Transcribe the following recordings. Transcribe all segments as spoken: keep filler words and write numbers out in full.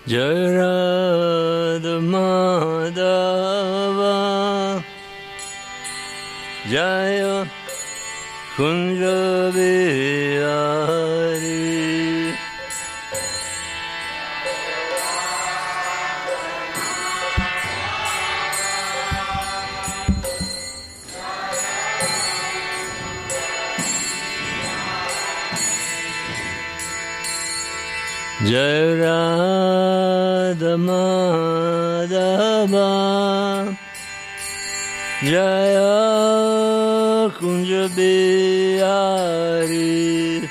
Jai Radha Madhava Jaya Kunja Bihari Jai Radha Madhava Jaya Kunja Bihari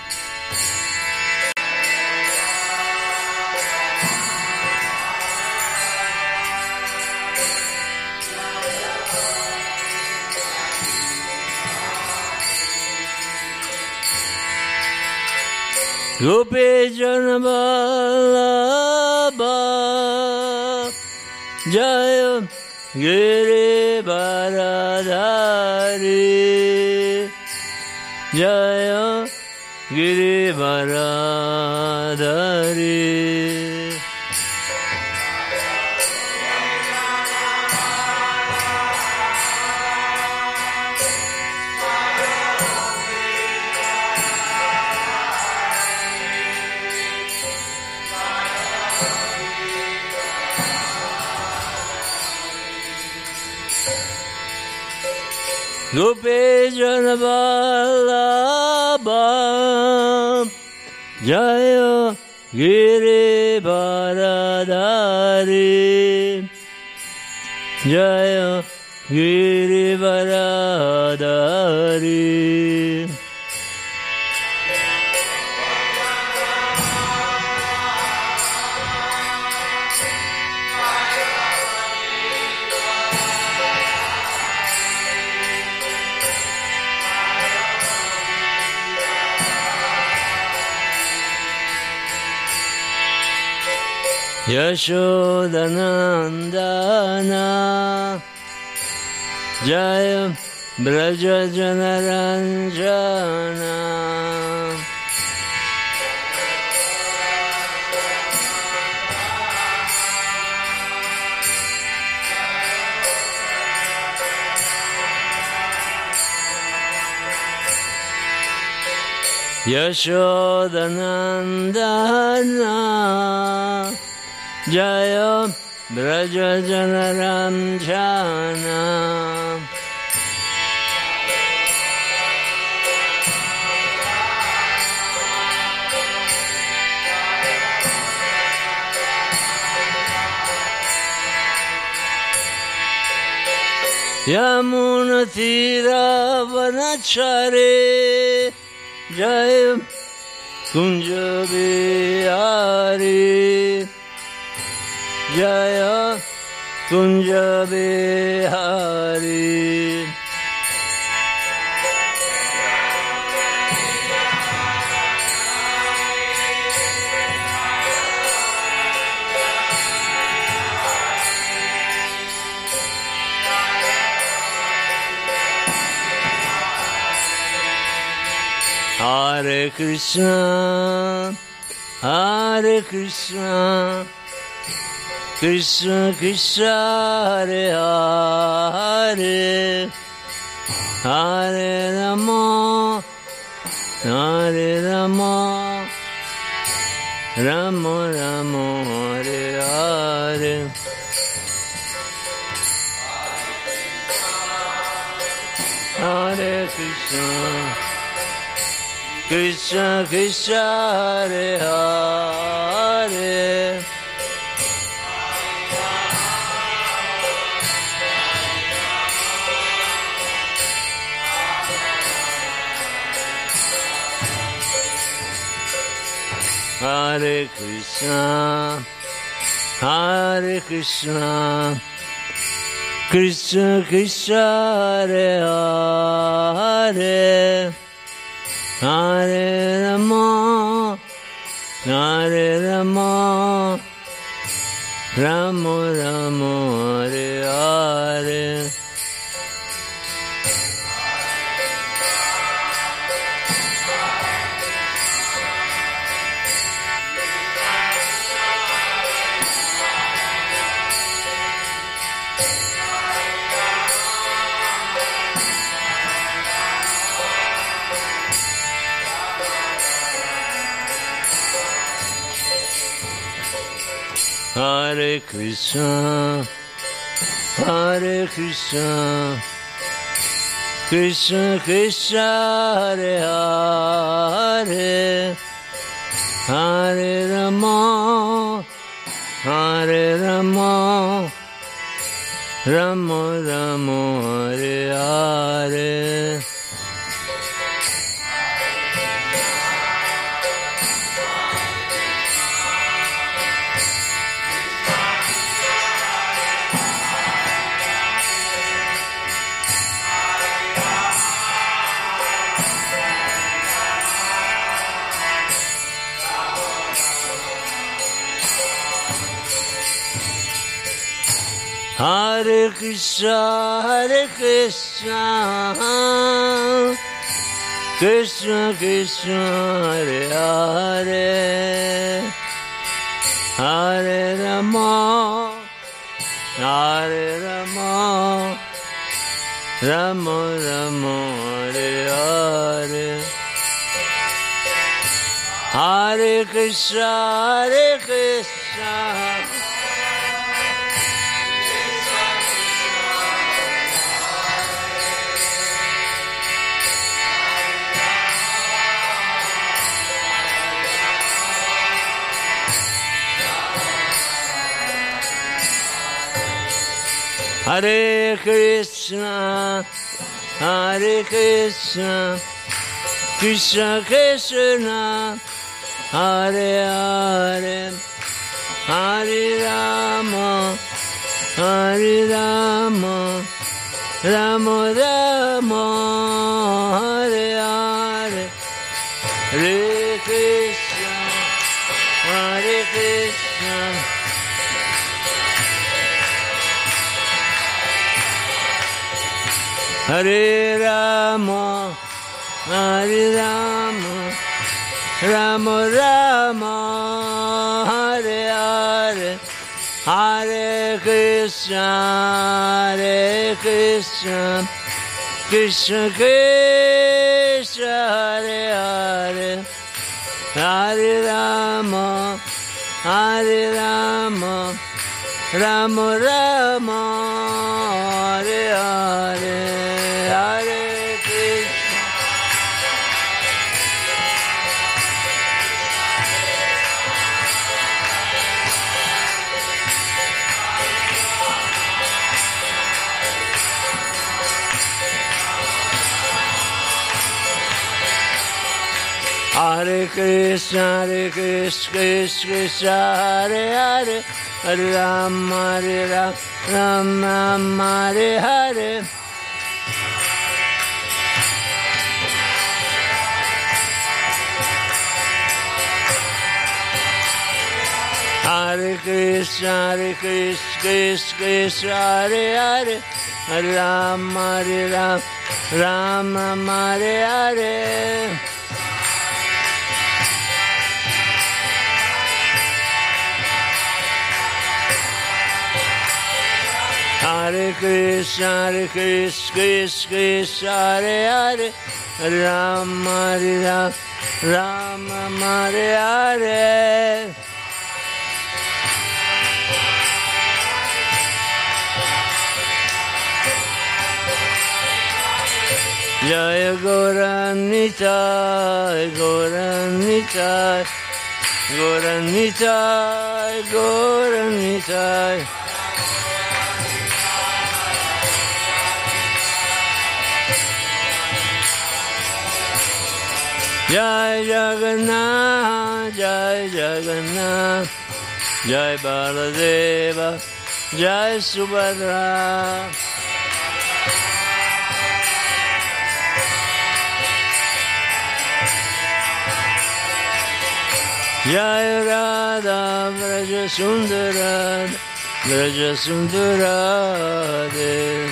Gopi Jana Vallabha Jaya Giri Varadhari Jaya Giri Varadhari Gopi Jana Vallabha Jaya Giri Varadhari Jaya Giri Varadhari Yashodanandana Jaya Braja Janaranjana Yashodanandana Jaya Braja Janaranjana Yamuna Tira Vanachare Jaya Kunja Bihari Jaya Kunja Bihari Hare Krishna Hare Krishna Krishna Krishna Hare Hare Hare Rama Hare Rama Rama Rama Hare Hare Hare Krishna Krishna Krishna Hare Hare Hare Krishna Hare Krishna Krishna Krishna Hare Hare Hare Rama Hare Rama Rama Rama Hare Hare Hare Krishna, Hare Krishna, Krishna Krishna, Hare Hare, Hare Rama, Hare Rama, Rama Rama, Hare Hare. Hare Krishna, Hare Krishna, Krishna Krishna, Hare Hare, Hare Rama, Hare Rama, Rama Rama, Hare Hare. Hare Krishna, Hare Krishna, Hare Krishna, Hare Krishna, Krishna Krishna, Hare Hare, Hare Rama, Hare Rama, Rama Rama, Hare Hare, Hare Krishna, Hare Krishna, Hare Rama, Hare Rama, Rama Rama, Hare Hare, Hare Krishna, Hare Krishna, Krishna Krishna, Hare Hare, Hare Rama, Hare Rama, Rama Rama, Hare Hare, Hare Krishna. Hare Krishna, Hare Krishna, Krishna Krishna, Hare Hare, Hare Rama, Hare Rama, Rama Rama, Hare Hare. Hare Krishna, Hare Krishna, Krishna Krishna, Hare Hare, Hare Rama, Hare Rama, Rama Rama, Hare Hare. Hare Krishna, Hare Krishna, Krishna Krishna, Hare Hare, Hare Rama, Hare Rama, Rama Rama, Hare Hare. Jaya Gauranitai, Gauranitai, Gauranitai, Gauranitai. Jai Jagannath, Jai Jagannath, Jai Baladeva, Jai Subhadra. Jai Radha Vraja Sundara, Vraja Sundara Dev.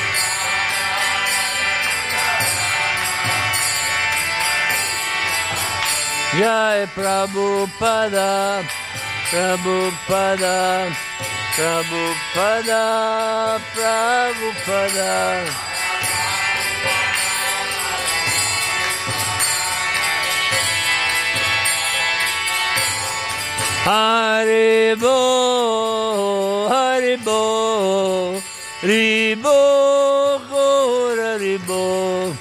Jai Prabhupada, Prabhupada, Prabhupada, Prabhupada. Haribo, Haribo, Ribo, Gora Ribo.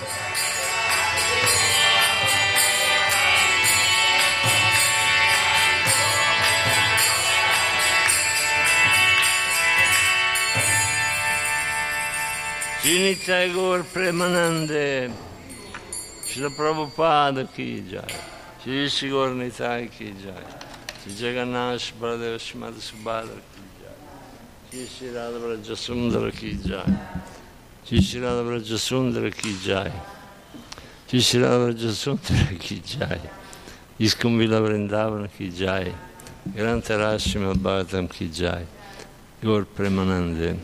Srinivai Gaur Premanande, Srila Prabhupada Ki Jai, Shri Shri Gaur Nitai Ki Jai, Shri Jagannath Baladeva Srimad Subhadra Ki Jai, Shri Shri Radha Vraja Sundara Ki Jai, Shri Shri Radha Vraja Sundara Ki Jai, Shri Shri Radha Vraja Sundara Ki Jai, Iskon Vila Vrindavana Ki Jai, Grantara Srimad Bhagavatam Ki Jai, Gaur Premanande.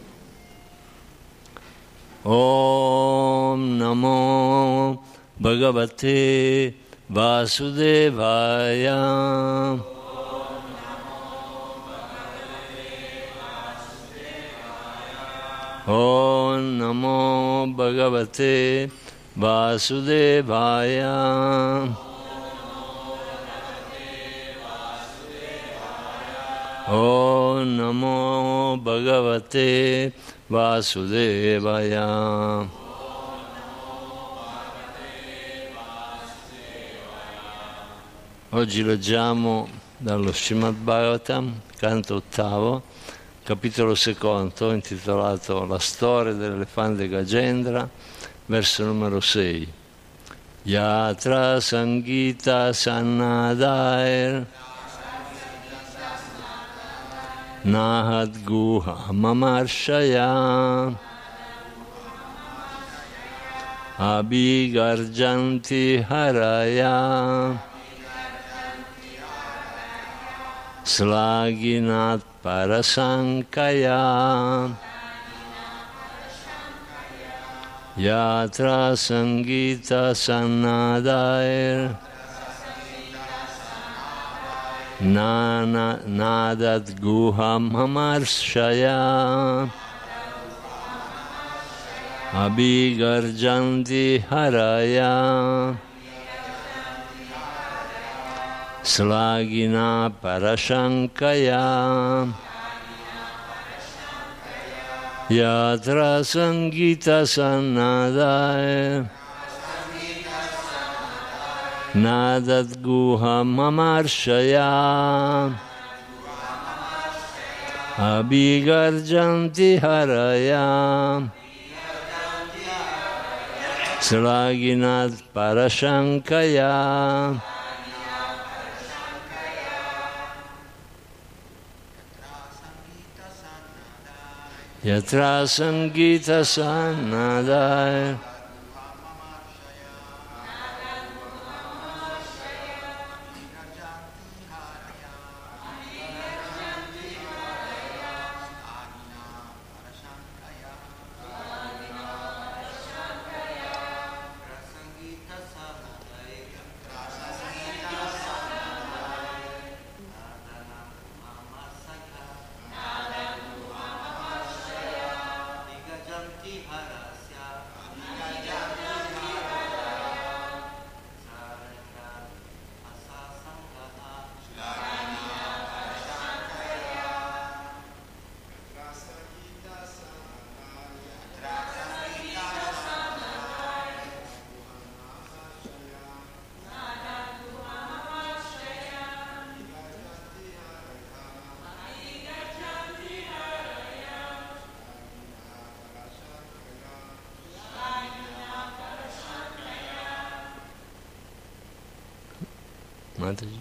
Om Namo Bhagavate Vasudevaya. Om Namo Bhagavate Vasudevaya. Om Namo Bhagavate Vasudevaya. Oggi leggiamo dallo Srimad Bhagavatam, canto ottavo, capitolo secondo, intitolato La storia dell'elefante Gajendra, verso numero sei. Yatra Sangita Sannadair Nahat Guha Mamarshaya Abhigarjanti Haraya Slaginat Parasankaya Yatra Sangita Sannadair Nana Nadat Guham Hamarshaya Abhigarjanti Haraya Slagina Parashankaya Yatra Sangita Sannadaya Nadat Guham Amarshaya Abhigarjanti Haraya Slaginat Parashankaya Yatra Sangita Sannadaya Mataji.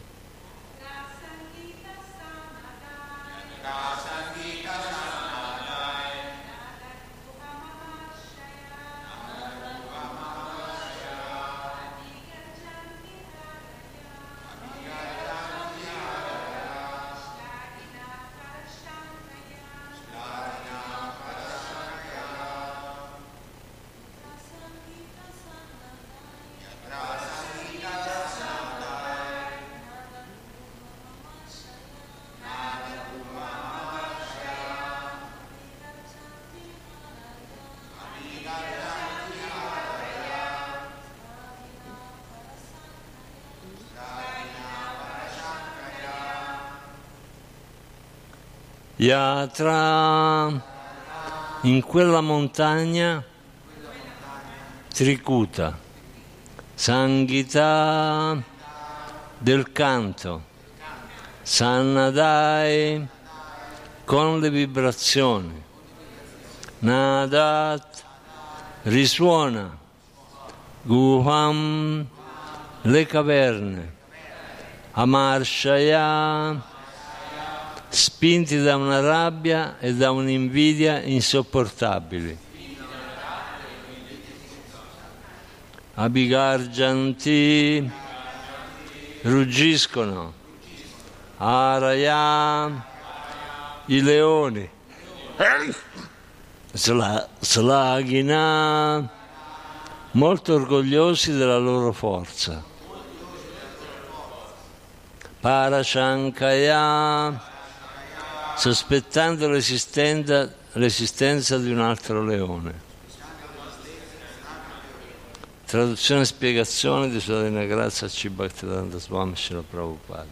Yatra, in quella montagna Trikuta, Sangita del canto, Sannadai con le vibrazioni, Nadat risuona, Guham le caverne, Amarshaya spinti da una rabbia e da un'invidia insopportabili, Abhigarjanti ruggiscono, Araya i leoni, Sla, Slagina molto orgogliosi della loro forza, Parashankaya sospettando l'esistenza, l'esistenza di un altro leone. Traduzione e spiegazione di Sua Divina Grazia C. Bhaktivedanta Swami Srila Prabhupada.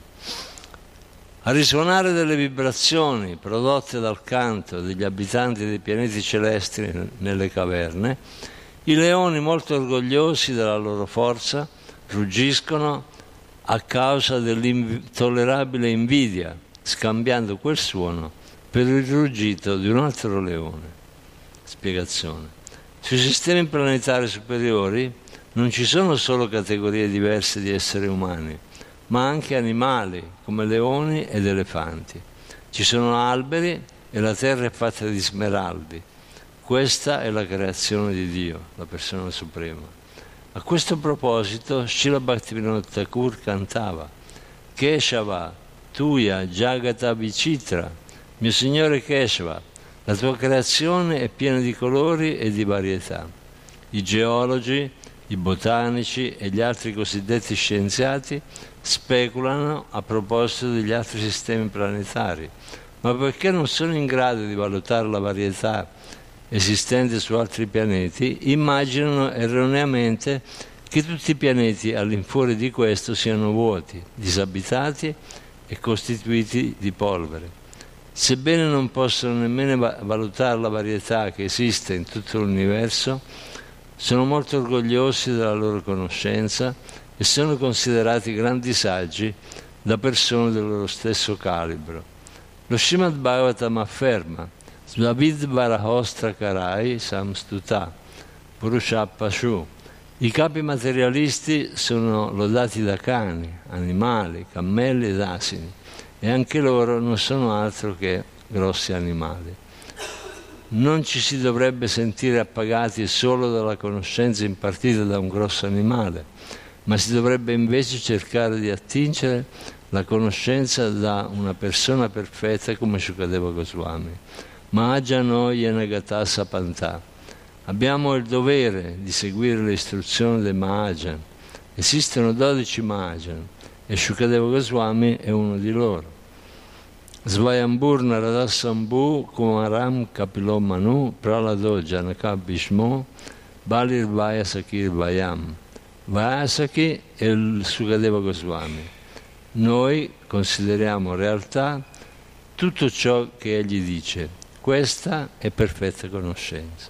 A risuonare delle vibrazioni prodotte dal canto degli abitanti dei pianeti celesti nelle caverne, i leoni molto orgogliosi della loro forza ruggiscono a causa dell'intollerabile invidia, scambiando quel suono per il ruggito di un altro leone. Spiegazione. Sui sistemi planetari superiori non ci sono solo categorie diverse di esseri umani, ma anche animali come leoni ed elefanti. Ci sono alberi e la terra è fatta di smeraldi. Questa è la creazione di Dio, la persona suprema. A questo proposito, Srila Bhaktivinoda Thakur cantava: Keshava, Tuya Jagata Vichitra, mio Signore Keshava, la tua creazione è piena di colori e di varietà. I geologi, i botanici e gli altri cosiddetti scienziati speculano a proposito degli altri sistemi planetari, ma perché non sono in grado di valutare la varietà esistente su altri pianeti, immaginano erroneamente che tutti i pianeti all'infuori di questo siano vuoti, disabitati e costituiti di polvere. Sebbene non possono nemmeno valutare la varietà che esiste in tutto l'universo, sono molto orgogliosi della loro conoscenza e sono considerati grandi saggi da persone del loro stesso calibro. Lo Srimad Bhagavatam afferma: Svavid Varahostra Karai Samstuta Purushapashu. I capi materialisti sono lodati da cani, animali, cammelli ed asini, e anche loro non sono altro che grossi animali. Non ci si dovrebbe sentire appagati solo dalla conoscenza impartita da un grosso animale, ma si dovrebbe invece cercare di attingere la conoscenza da una persona perfetta come Shukadeva Goswami. Mahajano Yenagata Sapanta. Abbiamo il dovere di seguire le istruzioni dei Mahajan. Esistono dodici Mahajan e Shukadeva Goswami è uno di loro. Svayambur Naradasambhu Kumaram Kapilo Manu Pralado Janaka Bhishmo Balir Vayasakir Vayam. Vayasaki è il Shukadeva Goswami. Noi consideriamo realtà tutto ciò che egli dice. Questa è perfetta conoscenza.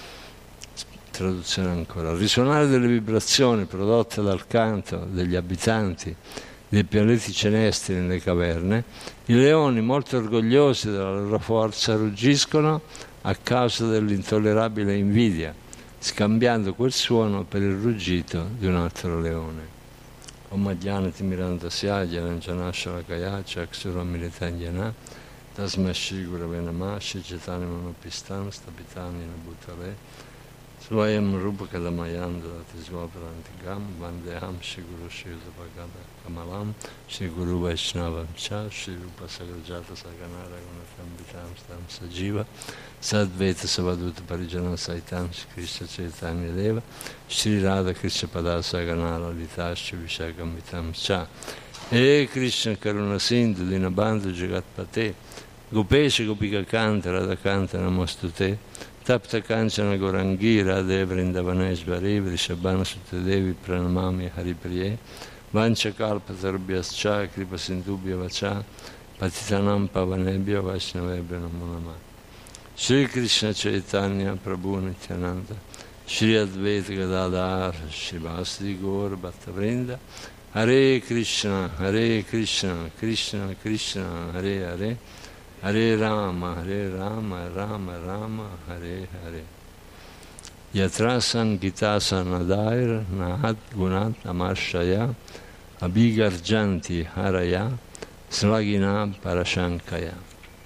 Traduzione ancora. Al risuonare delle vibrazioni prodotte dal canto degli abitanti dei pianeti celesti nelle caverne, i leoni, molto orgogliosi della loro forza, ruggiscono a causa dell'intollerabile invidia, scambiando quel suono per il ruggito di un altro leone. Om Ajnanati Mirandasya Jananjanashara Kayacha Aksura Militanjana Tasma Shri Gurave Namah Shri Chaitanya Manopistam Stapitani Bhutale Swayam Rupa Kadamayanda Tisvaparantigam Vandeham Shri Guru Shri Udapagada Kamalam Shri Guru Vaishnavam Cha Shri Rupa Sagrajata Saganara Gunatam Vitam Stam Sajiva Sadveta Savaduta Parijana Saitam Shri Krishna Chaitanya Deva Shri Radha Krishna Pada Saganara Lita Shri Vishakam Vitam Cha E Krishna Karuna Sindhu Dinabandhu Jagatpate Gopesha Gopika Kanta Radha Kanta Namostute Tapta Kanchana Gorangira Devrindavanesvari Vrishabhana Sutadevi Pranamami Haripriye Vancha Kalpa Tarbhyascha Kripa Sindubhya Vacha Patitanam Pavanebhyo Vaishnavebhyo Namo Namah. Shri Krishna Chaitanya Prabhu Nityananda, Shri Advaita Gadadhar Srivasadi Gaur Bhattavrinda, Hare Krishna, Hare Krishna, Krishna Krishna, Hare Hare, Hare Rama, Hare Rama, Rama Rama, Hare Hare. Yatrasan Gitasan Adair Nahat Gunat Amarshaya Abhigarjanti Haraya Slagina Parashankaya.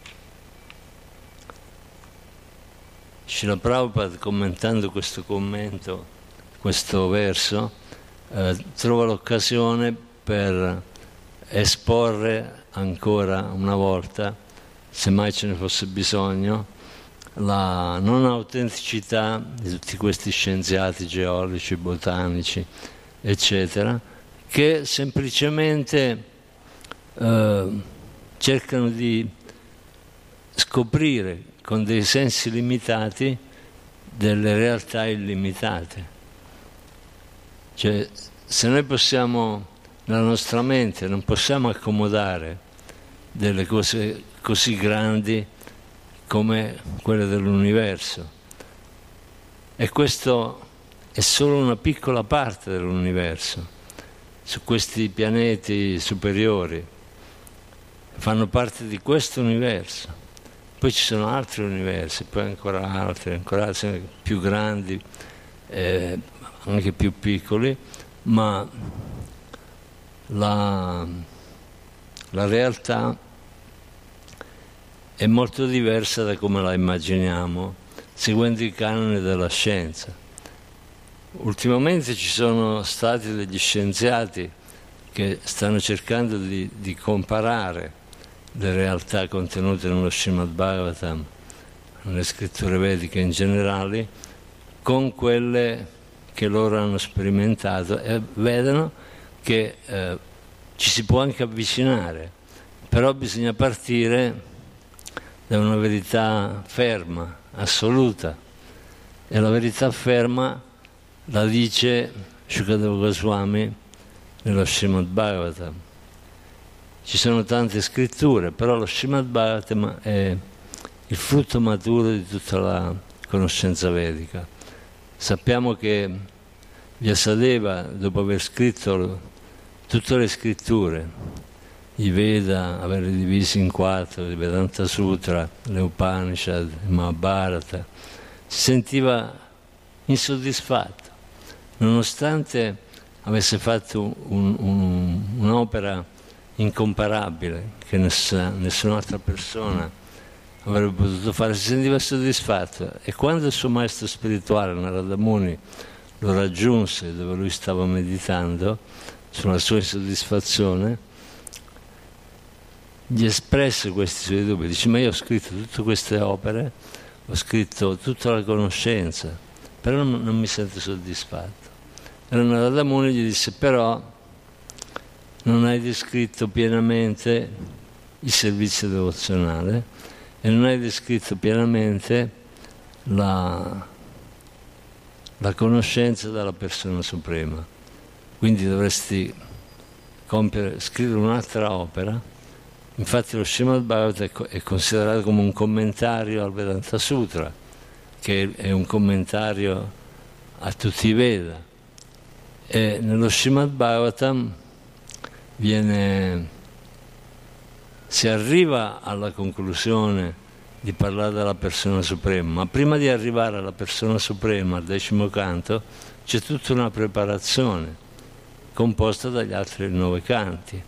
Srila Prabhupada, commentando questo commento, questo verso, eh, trova l'occasione per esporre ancora una volta, se mai ce ne fosse bisogno, la non autenticità di tutti questi scienziati geologici, botanici, eccetera, che semplicemente eh, cercano di scoprire con dei sensi limitati delle realtà illimitate. Cioè, se noi possiamo, nella nostra mente, non possiamo accomodare delle cose così grandi come quelle dell'universo, e questo è solo una piccola parte dell'universo, su questi pianeti superiori, fanno parte di questo universo. Poi ci sono altri universi, poi ancora altri, ancora altri più grandi, eh, anche più piccoli, ma la, la realtà è molto diversa da come la immaginiamo, seguendo i canoni della scienza. Ultimamente ci sono stati degli scienziati che stanno cercando di, di comparare le realtà contenute nello Srimad Bhagavatam, nelle scritture vediche in generale, con quelle che loro hanno sperimentato, e vedono che eh, ci si può anche avvicinare, però bisogna partire da una verità ferma, assoluta, e la verità ferma la dice Shukadeva Goswami nello Srimad Bhagavatam. Ci sono tante scritture, però lo Srimad Bhagavatam è il frutto maturo di tutta la conoscenza vedica. Sappiamo che Vyasadeva, dopo aver scritto tutte le scritture, i Veda, averli divisi in quattro, il Vedanta Sutra, le Upanishad, il Mahabharata, si sentiva insoddisfatto, nonostante avesse fatto un, un, un'opera incomparabile che nessuna, nessun'altra persona avrebbe potuto fare, si sentiva soddisfatto. E quando il suo maestro spirituale, Narada Muni, lo raggiunse dove lui stava meditando sulla sua insoddisfazione, gli espresse questi suoi dubbi. Dice: ma io ho scritto tutte queste opere, ho scritto tutta la conoscenza, però non, non mi sento soddisfatto. E Narada Muni gli disse: però non hai descritto pienamente il servizio devozionale e non hai descritto pienamente la, la conoscenza della persona suprema. Quindi dovresti compiere, scrivere un'altra opera. Infatti lo Srimad Bhagavatam è considerato come un commentario al Vedanta Sutra, che è un commentario a tutti i Veda. E nello Srimad Bhagavatam Viene, si arriva alla conclusione di parlare della persona suprema, ma prima di arrivare alla persona suprema, al decimo canto, c'è tutta una preparazione composta dagli altri nove canti.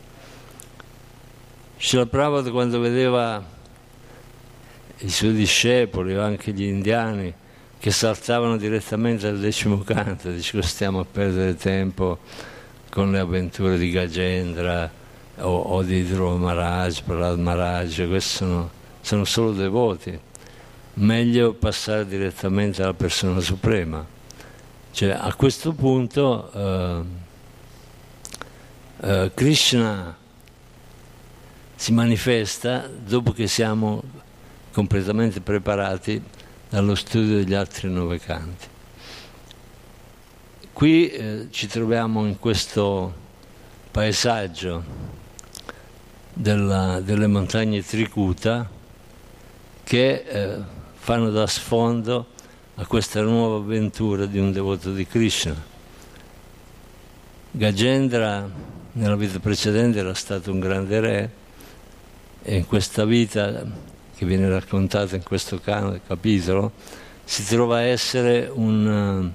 Srila Prabhupada, quando vedeva i suoi discepoli o anche gli indiani che saltavano direttamente al decimo canto, dice: stiamo a perdere tempo con le avventure di Gajendra o, o di Dhruva Maharaj, Prahlad Maharaj, questi sono, sono solo devoti, meglio passare direttamente alla persona suprema. Cioè, a questo punto eh, eh, Krishna si manifesta dopo che siamo completamente preparati dallo studio degli altri nove canti. Qui eh, ci troviamo in questo paesaggio della, delle montagne Trikuta che eh, fanno da sfondo a questa nuova avventura di un devoto di Krishna. Gajendra nella vita precedente era stato un grande re e in questa vita che viene raccontata in questo capitolo si trova a essere un,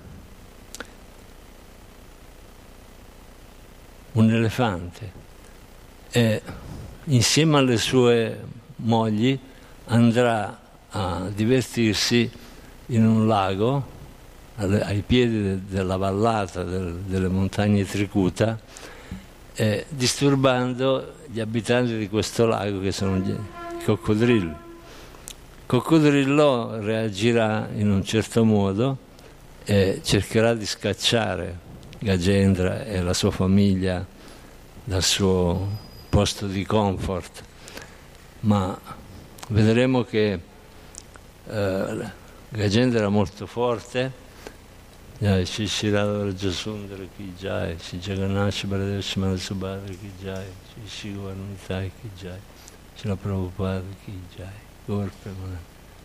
un elefante e insieme alle sue mogli andrà a divertirsi in un lago ai piedi de, della vallata del, delle montagne Trikuta, eh, disturbando gli abitanti di questo lago che sono gli, i coccodrilli. Il coccodrillo reagirà in un certo modo e cercherà di scacciare Gajendra e la sua famiglia dal suo posto di comfort, ma vedremo che eh, Gajendra era molto forte. Jai Shri Shri Radha Vraja Sundara Ki Jai, Shri Jagannath Baladev Shri Subhadra Ki Jai, Shri Shri Gaura Ki Jai, Shri Prabhupada Ki Jai, Gaur Premanand.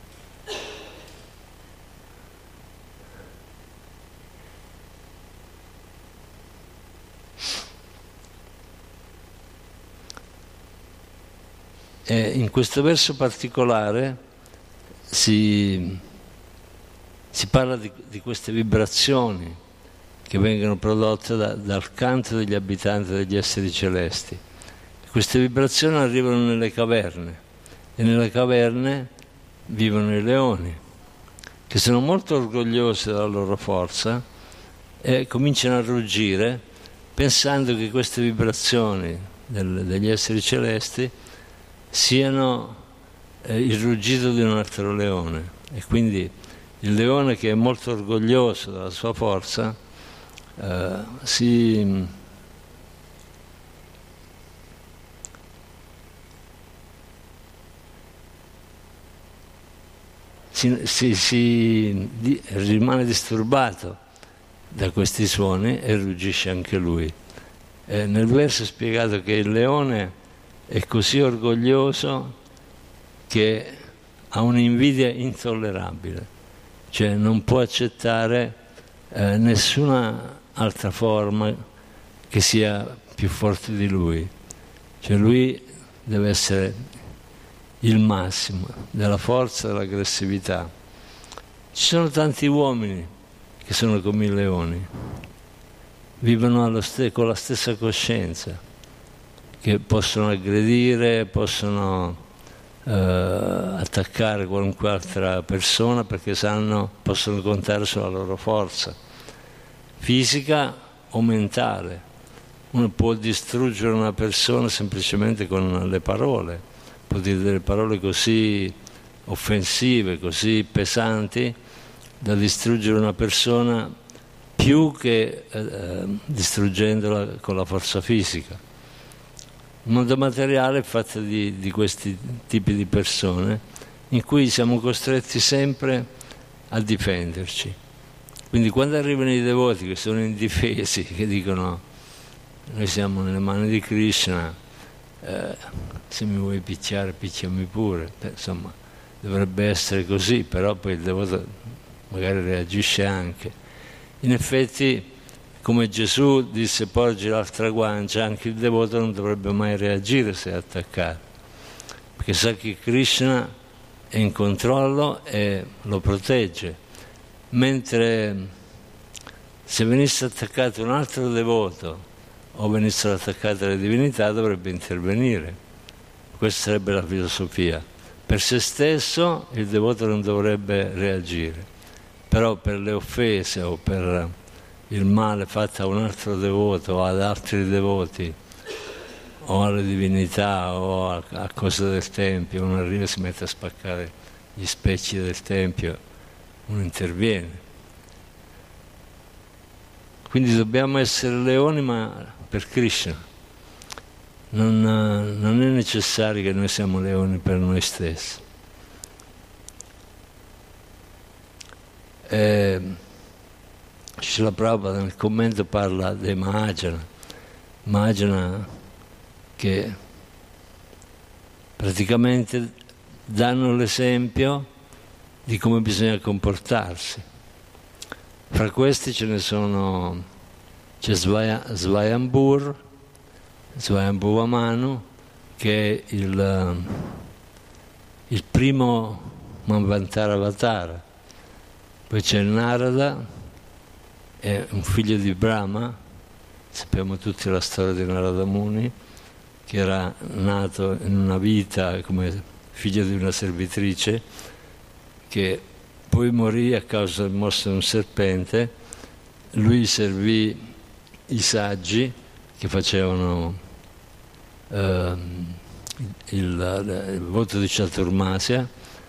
E in questo verso particolare si, si parla di, di queste vibrazioni che vengono prodotte da, dal canto degli abitanti degli esseri celesti. Queste vibrazioni arrivano nelle caverne e nelle caverne vivono i leoni, che sono molto orgogliosi della loro forza e cominciano a ruggire pensando che queste vibrazioni del, degli esseri celesti siano eh, il ruggito di un altro leone. E quindi il leone, che è molto orgoglioso della sua forza, eh, si, si, si, si di, rimane disturbato da questi suoni e ruggisce anche lui. Eh, nel verso è spiegato che il leone è così orgoglioso che ha un'invidia intollerabile, cioè non può accettare eh, nessuna altra forma che sia più forte di lui. Cioè lui deve essere il massimo della forza e dell'aggressività. Ci sono tanti uomini che sono come i leoni, vivono allo st- con la stessa coscienza, che possono aggredire, possono eh, attaccare qualunque altra persona perché sanno, possono contare sulla loro forza fisica o mentale. Uno può distruggere una persona semplicemente con le parole, può dire delle parole così offensive, così pesanti, da distruggere una persona più che eh, distruggendola con la forza fisica. Il mondo materiale è fatto di, di questi tipi di persone in cui siamo costretti sempre a difenderci. Quindi quando arrivano i devoti che sono indifesi, che dicono noi siamo nelle mani di Krishna, eh, se mi vuoi picchiare picchiami pure, Beh, insomma dovrebbe essere così, però poi il devoto magari reagisce anche. In effetti, come Gesù disse porgi l'altra guancia, anche il devoto non dovrebbe mai reagire se è attaccato, perché sa che Krishna è in controllo e lo protegge, mentre se venisse attaccato un altro devoto o venissero attaccate le divinità dovrebbe intervenire. Questa sarebbe la filosofia. Per se stesso il devoto non dovrebbe reagire, però per le offese o per il male fatto a un altro devoto o ad altri devoti o alle divinità o a, a cose del Tempio, uno arriva e si mette a spaccare gli specchi del Tempio, uno interviene. Quindi dobbiamo essere leoni, ma per Krishna. Non, non è necessario che noi siamo leoni per noi stessi. Eh, Srila Prabhupada nel commento parla dei Mahajana, Mahajana che praticamente danno l'esempio di come bisogna comportarsi. Fra questi ce ne sono, c'è Svayambur, Svayambhuvamanu, che è il, il primo Manvantara Avatara. Poi c'è Narada, è un figlio di Brahma, sappiamo tutti la storia di Narada Muni, che era nato in una vita come figlio di una servitrice, che poi morì a causa del morso di un serpente. Lui servì i saggi che facevano eh, il, il voto di Chaturmasya,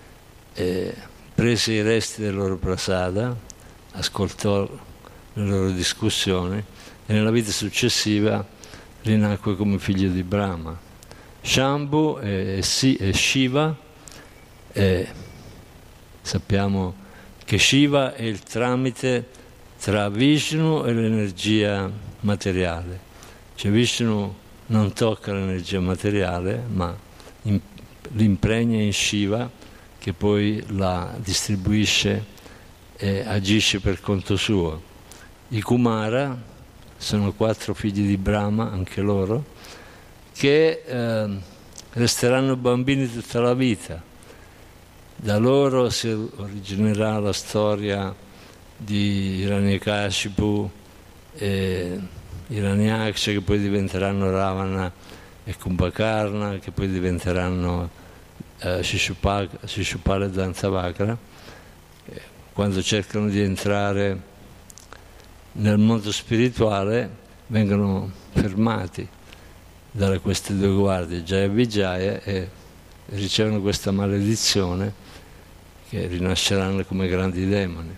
e prese i resti del loro prasada, ascoltò le loro discussioni e nella vita successiva rinacque come figlio di Brahma. Shambhu e, e Shiva, e sappiamo che Shiva è il tramite tra Vishnu e l'energia materiale. Cioè Vishnu non tocca l'energia materiale, ma l'impregna in Shiva, che poi la distribuisce e agisce per conto suo. I Kumara sono quattro figli di Brahma, anche loro, che eh, resteranno bambini tutta la vita. Da loro si originerà la storia di Hiranyakashipu e Hiranyaksha, che poi diventeranno Ravana e Kumbhakarna, che poi diventeranno eh, Shishupala e Dantavakra, eh, quando cercano di entrare nel mondo spirituale vengono fermati da queste due guardie, Jaya e Vijaya, e ricevono questa maledizione che rinasceranno come grandi demoni.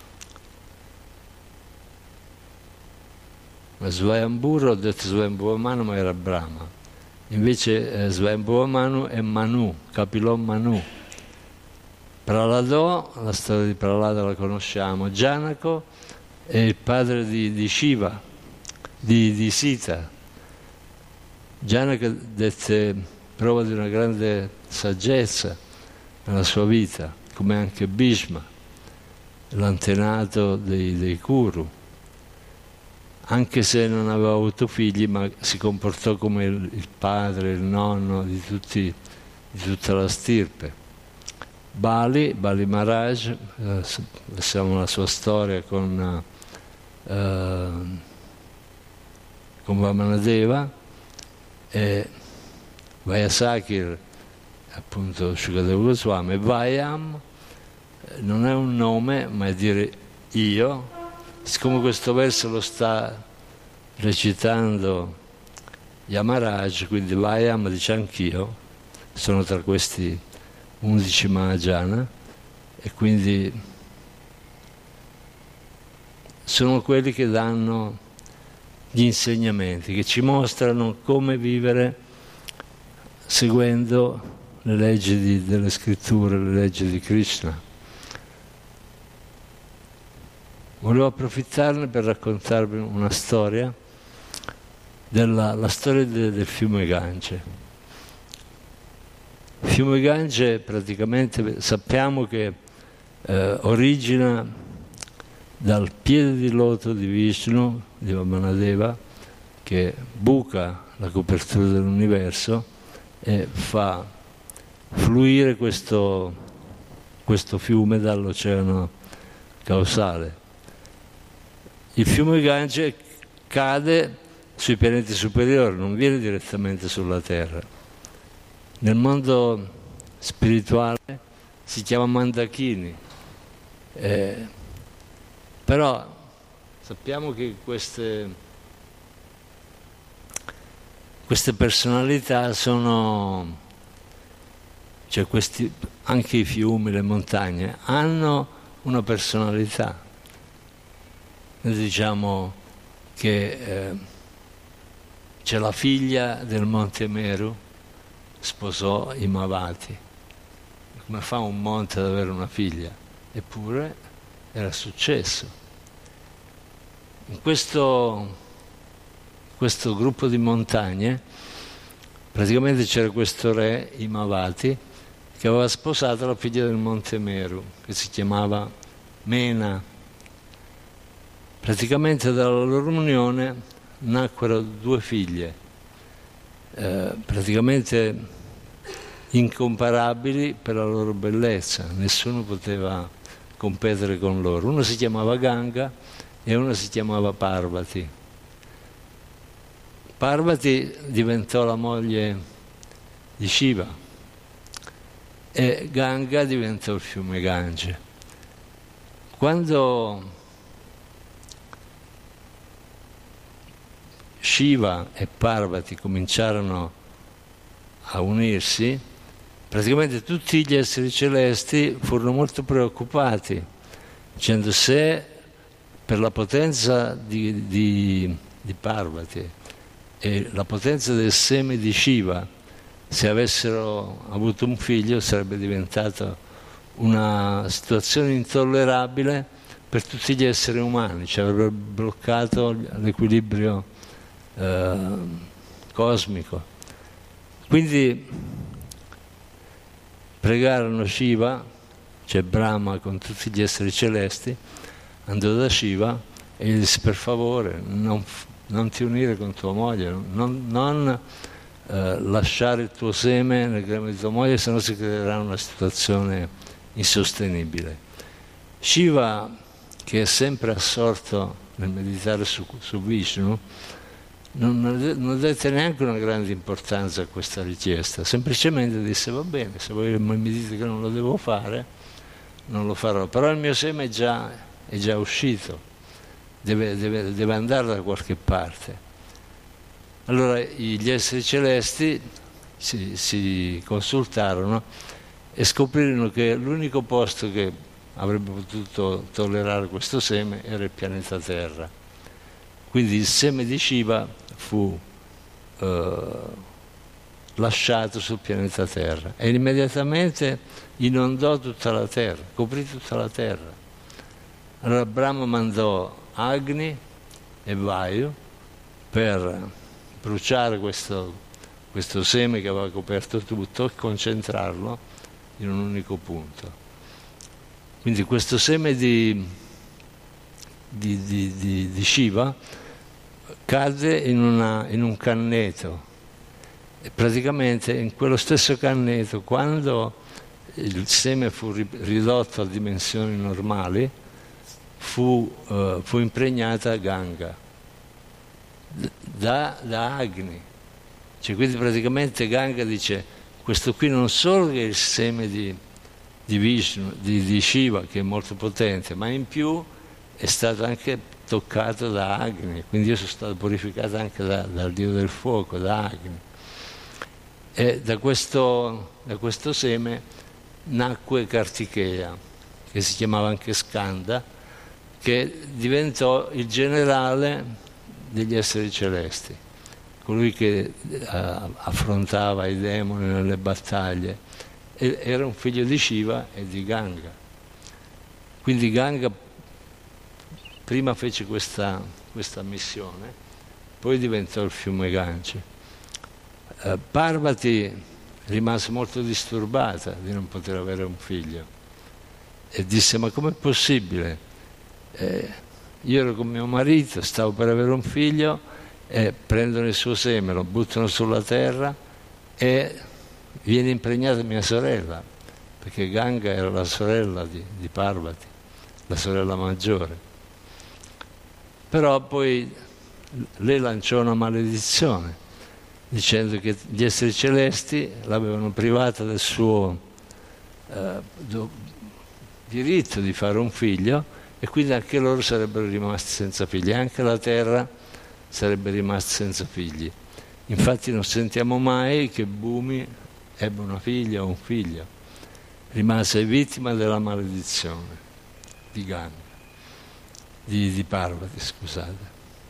Ma Svayambhura, ho detto Svayambhuvamanu, ma era Brahma. Invece eh, Svayambhuvamanu è Manu, Kapilon Manu. Prahlado, la storia di Prahlada la conosciamo. Janako è il padre di, di Shiva, di, di Sita. Janaka dette prova di una grande saggezza nella sua vita, come anche Bhishma, l'antenato dei, dei Kuru. Anche se non aveva avuto figli, ma si comportò come il, il padre, il nonno di, tutti, di tutta la stirpe. Bali, Bali Maharaj, eh, sappiamo la sua storia con, eh, con Vamanadeva, e Vyasakir, appunto Shukadeva Goswami. Vayam non è un nome, ma è dire io. Siccome questo verso lo sta recitando Yamaraj, quindi Vayam dice anch'io, sono tra questi undici Mahajana, e quindi sono quelli che danno gli insegnamenti, che ci mostrano come vivere seguendo le leggi di, delle scritture, le leggi di Krishna. Volevo approfittarne per raccontarvi una storia, della la storia de, del fiume Gange. Il fiume Gange praticamente sappiamo che eh, origina dal piede di loto di Vishnu, di Vamanadeva, che buca la copertura dell'universo e fa fluire questo, questo fiume dall'oceano causale. Il fiume Gange cade sui pianeti superiori, non viene direttamente sulla Terra. Nel mondo spirituale si chiama Mandakini, eh, però sappiamo che queste, queste personalità sono, cioè questi, anche i fiumi, le montagne, hanno una personalità. Noi diciamo che eh, c'è la figlia del Monte Meru, sposò i Mavati. Come fa un monte ad avere una figlia? Eppure era successo. In questo, questo gruppo di montagne praticamente c'era questo re, Imavati, che aveva sposato la figlia del Monte Meru, che si chiamava Mena. Praticamente dalla loro unione nacquero due figlie, eh, praticamente incomparabili per la loro bellezza, nessuno poteva competere con loro. Uno si chiamava Ganga e uno si chiamava Parvati. Parvati diventò la moglie di Shiva e Ganga diventò il fiume Gange. Quando Shiva e Parvati cominciarono a unirsi, praticamente tutti gli esseri celesti furono molto preoccupati, dicendo: se per la potenza di, di, di Parvati e la potenza del seme di Shiva, se avessero avuto un figlio, sarebbe diventata una situazione intollerabile per tutti gli esseri umani, ci avrebbe bloccato l'equilibrio eh, cosmico. Quindi pregarono Shiva, cioè Brahma con tutti gli esseri celesti, andò da Shiva e gli disse: per favore, non, non ti unire con tua moglie, non, non eh, lasciare il tuo seme nel grembo di tua moglie, se no si creerà una situazione insostenibile. Shiva, che è sempre assorto nel meditare su, su Vishnu, non, non dette neanche una grande importanza a questa richiesta, semplicemente disse: va bene, se voi mi dite che non lo devo fare, non lo farò, però il mio seme è già, è già uscito, deve, deve, deve andare da qualche parte. Allora gli esseri celesti si, si consultarono e scoprirono che l'unico posto che avrebbe potuto tollerare questo seme era il pianeta Terra. Quindi il seme di Shiva fu eh, lasciato sul pianeta Terra e immediatamente inondò tutta la Terra, coprì tutta la Terra. Allora Brahma mandò Agni e Vayu per bruciare questo, questo seme che aveva coperto tutto e concentrarlo in un unico punto. Quindi questo seme di, di, di, di, di Shiva cadde in, una, in un canneto e praticamente in quello stesso canneto, quando il seme fu ridotto a dimensioni normali, fu, uh, fu impregnata Ganga da, da Agni. Cioè, quindi praticamente Ganga dice: questo qui non solo che è il seme di, di Vishnu, di, di Shiva, che è molto potente, ma in più è stato anche toccato da Agni, quindi io sono stato purificato anche da, dal dio del fuoco, da Agni. E da questo, da questo seme nacque Kartikeya, che si chiamava anche Skanda, che diventò il generale degli esseri celesti, colui che uh, affrontava i demoni nelle battaglie. E, era un figlio di Shiva e di Ganga. Quindi Ganga prima fece questa, questa missione, poi diventò il fiume Gange. Uh, Parvati rimase molto disturbata di non poter avere un figlio e disse: ma com'è possibile? Eh, io ero con mio marito, stavo per avere un figlio e prendono il suo seme, lo buttano sulla terra e viene impregnata mia sorella, perché Ganga era la sorella di, di Parvati, la sorella maggiore. Però poi lei lanciò una maledizione, dicendo che gli esseri celesti l'avevano privata del suo eh, do, diritto di fare un figlio, e quindi anche loro sarebbero rimasti senza figli, anche la terra sarebbe rimasta senza figli. Infatti non sentiamo mai che Bhumi ebbe una figlia o un figlio, rimase vittima della maledizione di Ganga, di, di Parvati, scusate.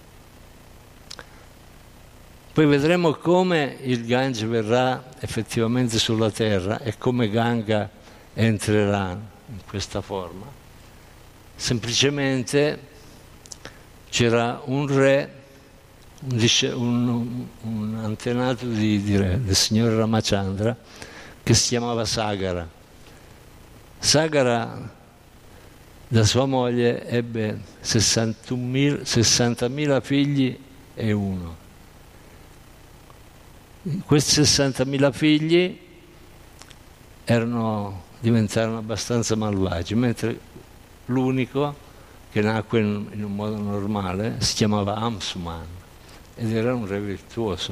Poi vedremo come il Gange verrà effettivamente sulla terra e come Ganga entrerà in questa forma. Semplicemente c'era un re un, un, un antenato di, di, del signore Ramachandra che si chiamava Sagara. Sagara da sua moglie ebbe sessantamila figli e uno. Questi sessantamila figli erano, diventarono abbastanza malvagi, mentre l'unico che nacque in, in un modo normale si chiamava Amsuman ed era un re virtuoso.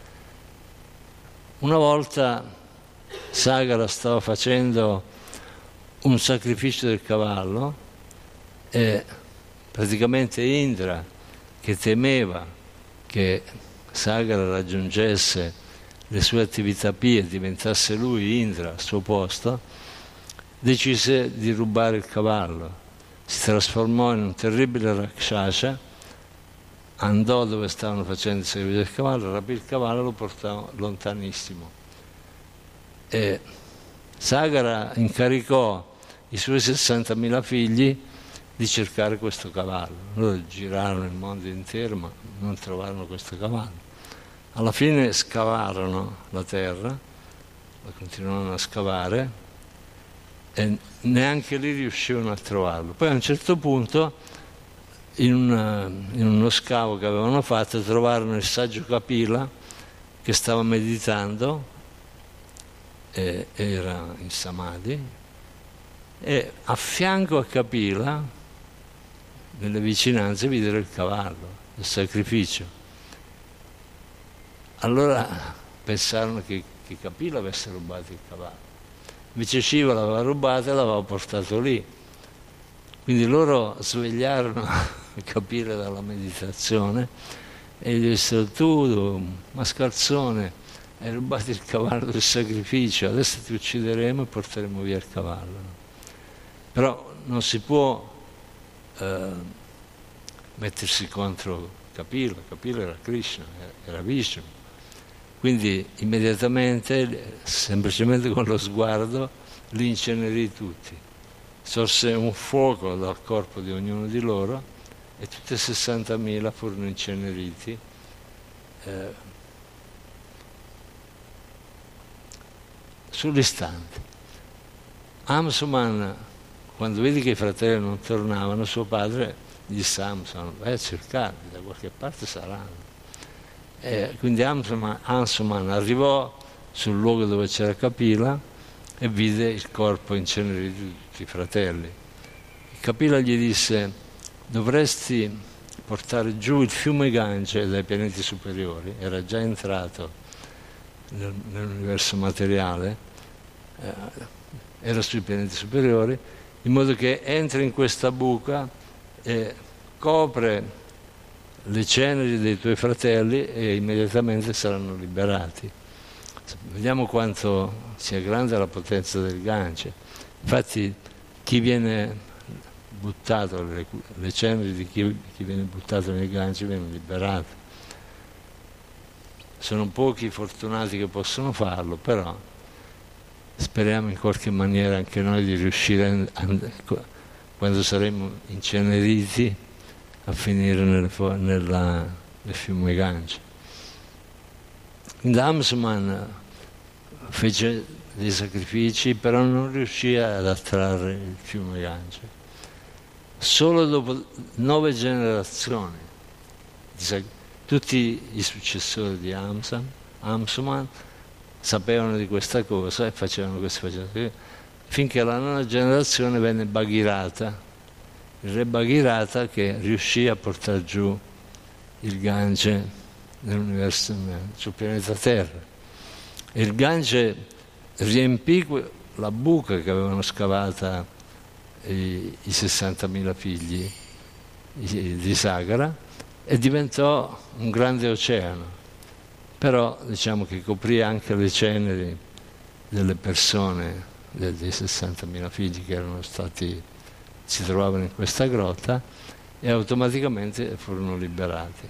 Una volta Sagara stava facendo un sacrificio del cavallo e praticamente Indra, che temeva che Sagara raggiungesse le sue attività pie e diventasse lui, Indra, al suo posto, decise di rubare il cavallo. Si trasformò in un terribile Rakshasa, andò dove stavano facendo il sacrificio del cavallo, rapì il cavallo e lo portò lontanissimo. E Sagara incaricò i suoi sessantamila figli di cercare questo cavallo. Loro girarono il mondo intero ma non trovarono questo cavallo. Alla fine scavarono la terra, la continuarono a scavare e neanche lì riuscivano a trovarlo. Poi a un certo punto in, una, in uno scavo che avevano fatto trovarono il saggio Kapila che stava meditando, e era in Samadhi, e a fianco a Kapila, nelle vicinanze, videro il cavallo, il sacrificio. Allora pensarono che, che Kapila avesse rubato il cavallo. Invece Shiva l'aveva rubato e l'aveva portato lì. Quindi loro svegliarono Kapila dalla meditazione e gli dissero: tu, mascalzone, hai rubato il cavallo del sacrificio, adesso ti uccideremo e porteremo via il cavallo. Però non si può eh, mettersi contro Kapila. Kapila era Krishna, era Vishnu. Quindi immediatamente, semplicemente con lo sguardo, li incenerì tutti. Sorse un fuoco dal corpo di ognuno di loro e tutti e sessantamila furono inceneriti. Eh, sull'istante. Amsuman, quando vede che i fratelli non tornavano, suo padre gli disse: Amsuman, vai a cercarli, da qualche parte saranno. E quindi Amsuman, Amsuman arrivò sul luogo dove c'era Kapila e vide il corpo incenerito di tutti i fratelli. Kapila gli disse: dovresti portare giù il fiume Gange dai pianeti superiori. Era già entrato nel, nell'universo materiale, eh, era sui pianeti superiori, in modo che entra in questa buca e copre le ceneri dei tuoi fratelli e immediatamente saranno liberati. Vediamo quanto sia grande la potenza del Gange. Infatti chi viene buttato, le, le ceneri di chi, chi viene buttato nel Gange viene liberato. Sono pochi i fortunati che possono farlo, però speriamo in qualche maniera anche noi di riuscire, a, a, quando saremo inceneriti, a finire nel, nella, nel fiume Gange. Quindi Amsuman fece dei sacrifici, però non riuscì ad attrarre il fiume Gange. Solo dopo nove generazioni, tutti i successori di Amsan, Amsuman sapevano di questa cosa e facevano questo, facevano, finché la nona generazione venne Bhagirata, il re Bhagirata, che riuscì a portare giù il Gange nell'universo, sul pianeta Terra. E il Gange riempì la buca che avevano scavata i, i sessantamila figli di Sagara e diventò un grande oceano. Però diciamo che coprì anche le ceneri delle persone, dei sessantamila figli che erano stati, si trovavano in questa grotta, e automaticamente furono liberati.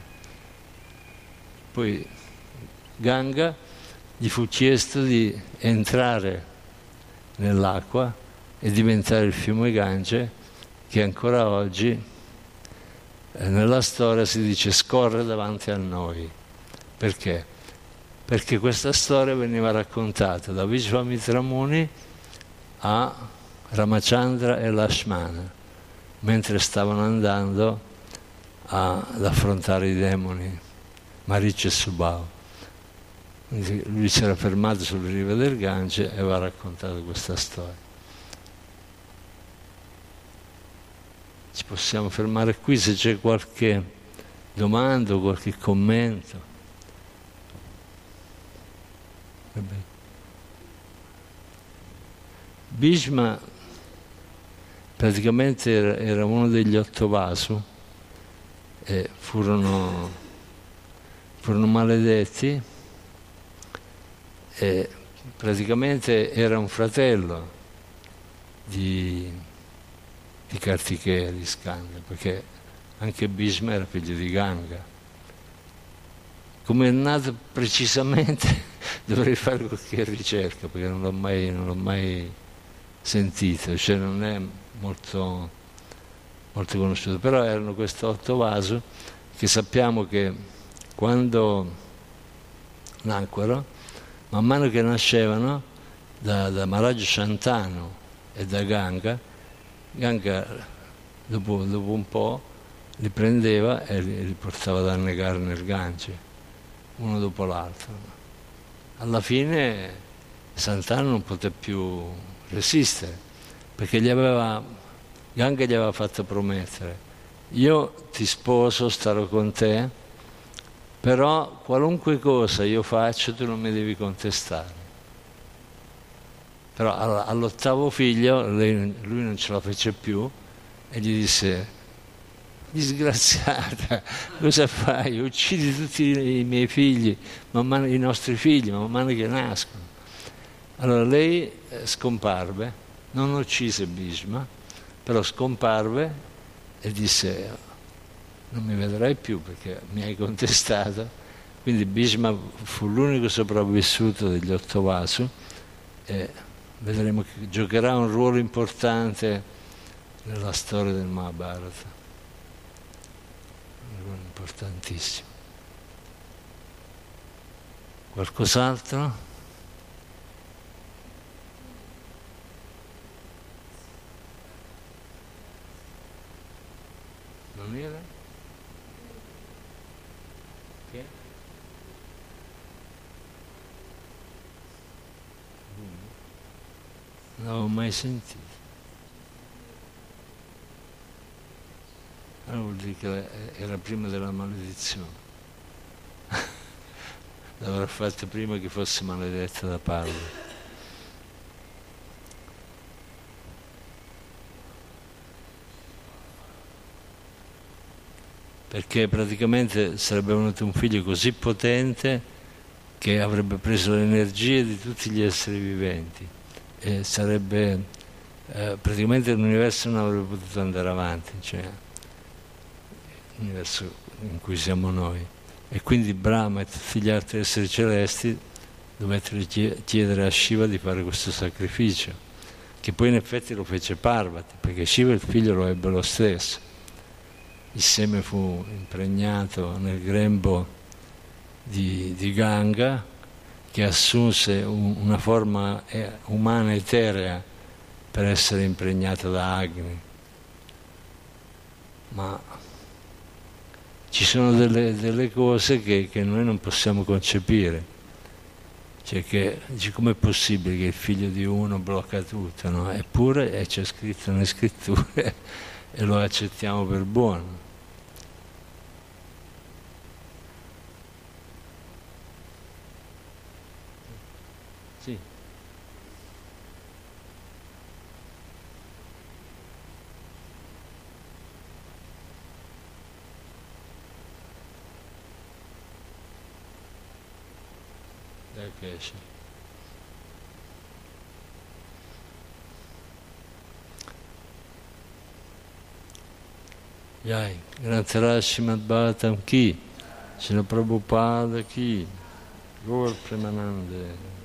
Poi Ganga gli fu chiesto di entrare nell'acqua e diventare il fiume Gange, che ancora oggi nella storia si dice scorre davanti a noi. Perché? Perché questa storia veniva raccontata da Vishwamitra Muni a Ramachandra e Lakshmana mentre stavano andando a, ad affrontare i demoni Marici e Subhao. Quindi lui si era fermato sulle rive del Gange e aveva raccontato questa storia. Ci possiamo fermare qui se c'è qualche domanda o qualche commento. Vabbè. Bhishma praticamente era, era uno degli otto Vasu e furono, furono maledetti e praticamente era un fratello di, di Kartikeya, di Skanda, perché anche Bhishma era figlio di Ganga. Come è nato precisamente dovrei fare qualche ricerca perché non l'ho mai, non l'ho mai sentito, cioè non è molto, molto conosciuto, però erano questi otto Vasu che sappiamo che quando nacquero, man mano che nascevano da, da Maharaj Shantanu e da Ganga, Ganga dopo, dopo un po' li prendeva e li, li portava ad annegare nel Gange, uno dopo l'altro. Alla fine Santanu non poté più resistere, perché gli aveva, Ganga gli aveva fatto promettere: io ti sposo, starò con te, però qualunque cosa io faccio tu non mi devi contestare. Però all'ottavo figlio lei, lui non ce la fece più e gli disse: disgraziata, cosa fai? Uccidi tutti i miei figli, man mano, i nostri figli, man mano che nascono. Allora lei scomparve, non uccise Bhishma, però scomparve e disse: non mi vedrai più perché mi hai contestato. Quindi Bhishma fu l'unico sopravvissuto degli otto Vasu e vedremo che giocherà un ruolo importante nella storia del Mahabharata, un ruolo importantissimo. Qualcos'altro? Non era? Che? Non l'avevo mai sentito. Allora vuol dire che era prima della maledizione. L'avrà fatto prima che fosse maledetta da Paolo. Perché praticamente sarebbe venuto un figlio così potente che avrebbe preso le energie di tutti gli esseri viventi e sarebbe eh, praticamente l'universo non avrebbe potuto andare avanti, cioè l'universo in cui siamo noi. E quindi Brahma e tutti gli altri esseri celesti dovettero chiedere a Shiva di fare questo sacrificio, che poi in effetti lo fece Parvati, perché Shiva il figlio lo ebbe lo stesso. Il seme fu impregnato nel grembo di, di Ganga, che assunse un, una forma umana eterea per essere impregnato da Agni. Ma ci sono delle, delle cose che, che noi non possiamo concepire. Cioè che dice, com'è possibile che il figlio di uno blocca tutto, no? Eppure eh, c'è scritto nelle scritture e lo accettiamo per buono. Sì. Dai, Kesha. Jai, Grantaraj Srimad Bhagavatam ki, Srila Prabhupada ki, Gaur Premanande.